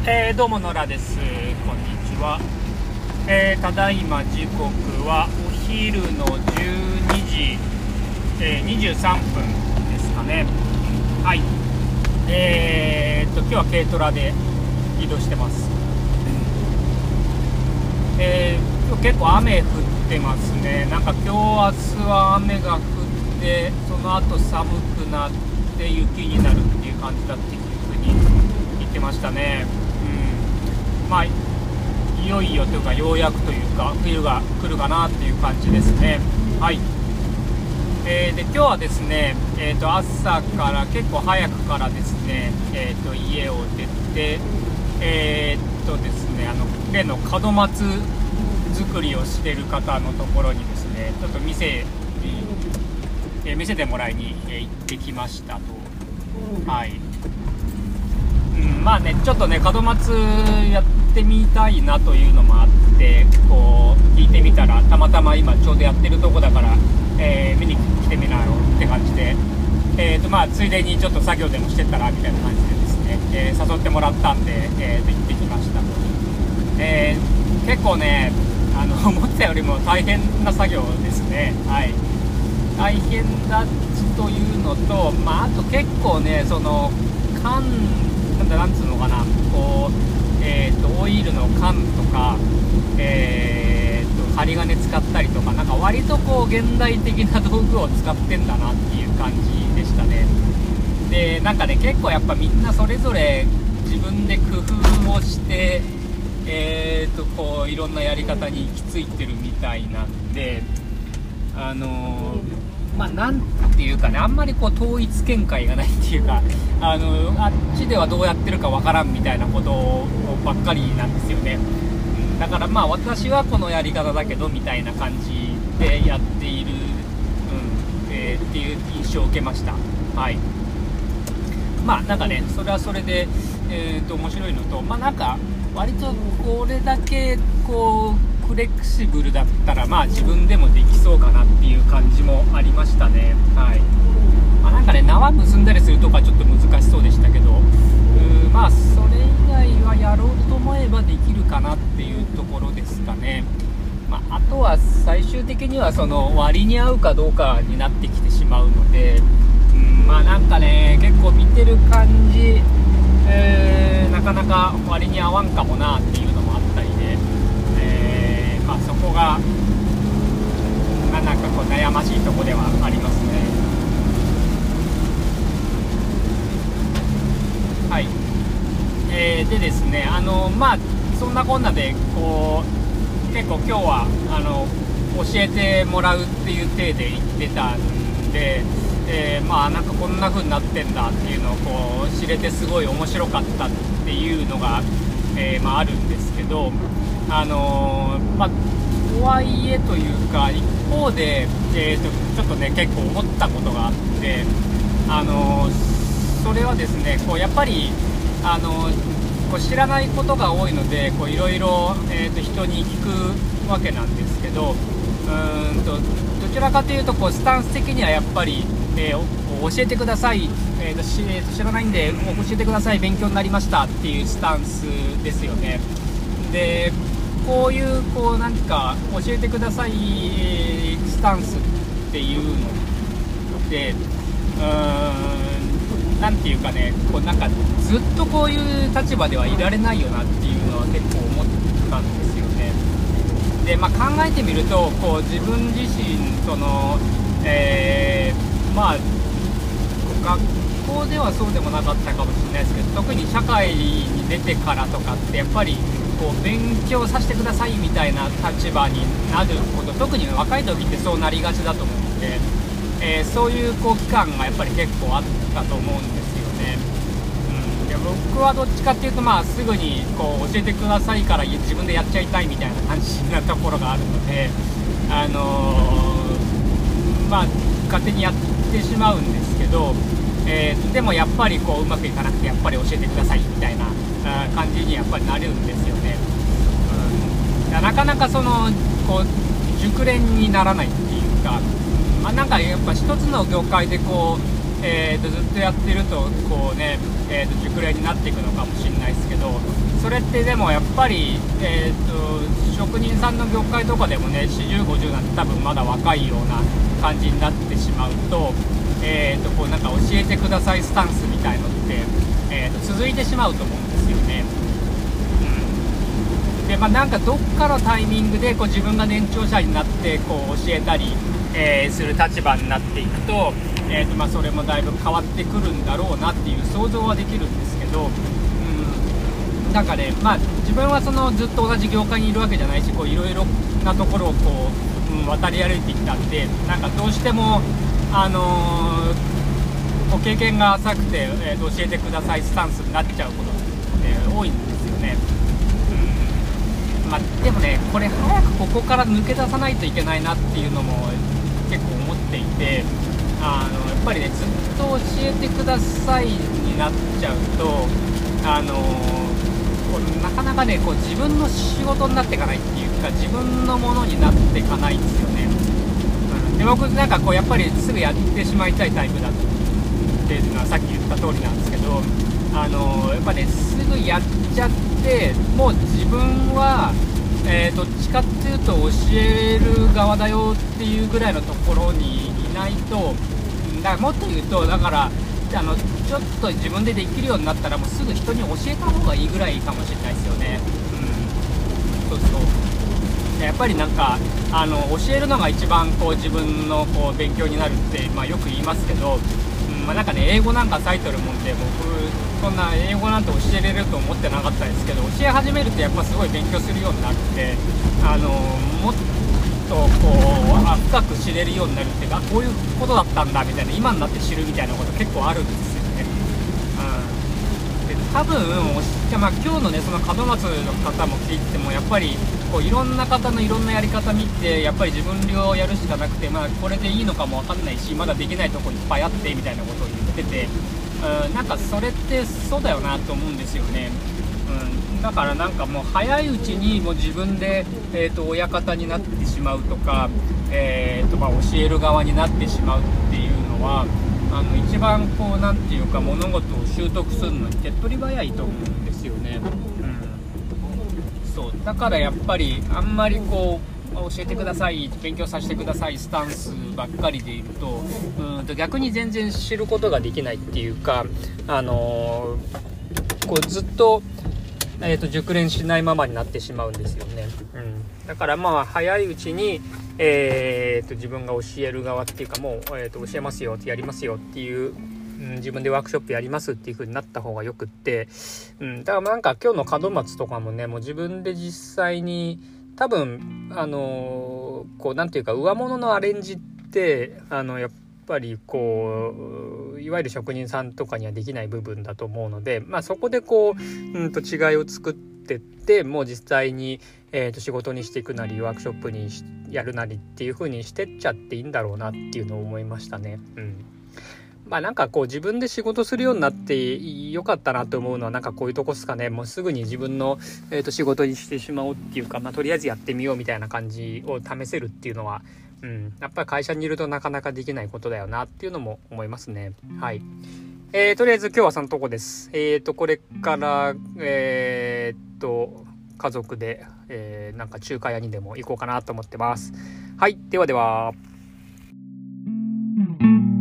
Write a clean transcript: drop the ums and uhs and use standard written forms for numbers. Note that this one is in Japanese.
どうも野良です。こんにちは。ただいま時刻はお昼の12時、23分ですかね。はい。今日は軽トラで移動してます。今日結構雨降ってますね。なんか今日明日は雨が降ってその後寒くなって雪になるっていう感じだっていう風に言ってましたね。まあいよいよというかようやくというか冬が来るかなっていう感じですね。はい。で今日はですね、朝から結構早くからですね、家を出てですね、例の門松作りをしている方のところにですね、ちょっと見せてもらいに行ってきましたと。はい。まあね、ちょっとね門松やってみたいなというのもあってこう聞いてみたら、たまたま今ちょうどやってるとこだから、見に来てみなよって感じで、まあついでにちょっと作業でもしてったらみたいな感じでですね、誘ってもらったんで、行ってきました。結構ね思ったよりも大変な作業ですね。はい。大変だというのと、あと結構ねそのなんつうのかな、こう、オイルの缶とか、針金使ったりとか、なんか割とこう現代的な道具を使ってんだなっていう感じでしたね。でなんかね結構やっぱみんなそれぞれ自分で工夫をしてこういろんなやり方に行き着いてるみたいなんで、なんていうかね、あんまりこう統一見解がないっていうか、あっちではどうやってるかわからんみたいなことばっかりなんですよね。だから私はこのやり方だけどみたいな感じでやっている、っていう印象を受けました。はい。なんかねそれはそれで、面白いのと、なんか割とこれだけこうフレキシブルだったら自分でもできそうかなっていう感じもありましたね。はい。なんかね縄結んだりするとかちょっと難しそうでしたけど、それ以外はやろうと思えばできるかなっていうところですかね。あとは最終的にはその割に合うかどうかになってきてしまうので、なんかね結構見てる感じ、なかなか割に合わんかもなっていうのもあったりで、そこがなんかこう悩ましいところではありますね。はい。でですね、そんなこんなでこう結構今日は教えてもらうっていう体で行ってたんで、なんかこんな風になってんだっていうのをこう知れてすごい面白かったっていうのが、あるんですけど、とはいえというか一方で、ちょっとね結構思ったことがあって、それはですねこうやっぱりこう知らないことが多いのでいろいろ人に聞くわけなんですけど、どちらかというとこうスタンス的にはやっぱり、教えてください、知らないんで教えてください、勉強になりましたっていうスタンスですよね。でこういうなんか教えてくださいスタンスっていうのでなんていうかねなんかずっとこういう立場ではいられないよなっていうのは結構思ったんですよね。で考えてみると自分自身学校ではそうでもなかったかもしれないですけど、特に社会に出てからとかってやっぱり勉強させてくださいみたいな立場になること、特に若い時ってそうなりがちだと思うので、そういう期間がやっぱり結構あったと思うんですよね。で僕はどっちかっていうとすぐに教えてくださいから自分でやっちゃいたいみたいな感じなところがあるので、勝手にやってしまうんですけど、でもやっぱりうまくいかなくてやっぱり教えてくださいみたいな感じにやっぱりなるんですよね。なかなか熟練にならないっていうか、なんかやっぱ一つの業界でずっとやってると熟練になっていくのかもしれないですけど、そそれってでもやっぱり、職人さんの業界とかでもね、40、50なんて多分まだ若いような感じになってしまうと、こうなんか教えてくださいスタンスみたいのって、続いてしまうと思うんですよね。でなんかどっかのタイミングでこう自分が年長者になってこう教えたり、する立場になっていくと、それもだいぶ変わってくるんだろうなっていう想像はできるんですけど、なんかね、自分はそのずっと同じ業界にいるわけじゃないし、こういろいろなところをこう、渡り歩いてきたんで、なんかどうしてもこう経験が浅くて、教えてくださいスタンスになっちゃうことって多いんですよね。でもね、これ早くここから抜け出さないといけないなっていうのも結構思っていて、やっぱりね、ずっと教えてくださいになっちゃうと、なかなかね、こう自分の仕事になっていかないっていうか、自分のものになっていかないんですよね。で僕なんかこうやっぱりすぐやってしまいたいタイプだっていうのはさっき言った通りなんですけど、やっぱね、すぐやっちゃって、もう自分は、どっちかっていうと教える側だよっていうぐらいのところにいないと、だからもっと言うと、だからちょっと自分でできるようになったらもうすぐ人に教えた方がいいぐらいかもしれないですよね。そうやっぱりなんか教えるのが一番こう自分のこう勉強になるって、よく言いますけど、なんかね、英語なんか書いてるもんで、僕そんな英語なんて教えれると思ってなかったですけど、教え始めるとやっぱすごい勉強するようになって、もっとこう深く知れるようになるっていうか、こういうことだったんだみたいな、今になって知るみたいなこと結構あるんですよね。で多分今日のね、その門松の方も聞いても、やっぱりこういろんな方のいろんなやり方見て、やっぱり自分流をやるしかなくて、これでいいのかも分かんないし、まだできないとこいっぱいあってみたいなことを言ってて、なんかそれってそうだよなと思うんですよね。だからなんかもう早いうちにもう自分で、親方になってしまうとか、教える側になってしまうっていうのは、一番こうなんていうか、物事を習得するのに手っ取り早いと思うんですよね。そうだからやっぱりあんまりこう教えてください、勉強させてくださいスタンスばっかりでいると、逆に全然知ることができないっていうか、こうずっと、熟練しないままになってしまうんですよね。だから早いうちに、自分が教える側っていうか、もう、教えますよ、やりますよっていう、自分でワークショップやりますっていう風になった方がよくって、だからなんか今日の門松とかもね、もう自分で実際に多分こうなんていうか、上物のアレンジってやっぱりこういわゆる職人さんとかにはできない部分だと思うので、そこでこう、違いを作ってって、もう実際に、仕事にしていくなりワークショップにやるなりっていう風にしてっちゃっていいんだろうなっていうのを思いましたね。なんかこう自分で仕事するようになってよかったなと思うのは、なんかこういうとこですかね。もうすぐに自分の、仕事にしてしまおうっていうか、とりあえずやってみようみたいな感じを試せるっていうのは、やっぱり会社にいるとなかなかできないことだよなっていうのも思いますね。はい。とりあえず今日はそのとこです。これから家族で、なんか中華屋にでも行こうかなと思ってます。はい。ではでは。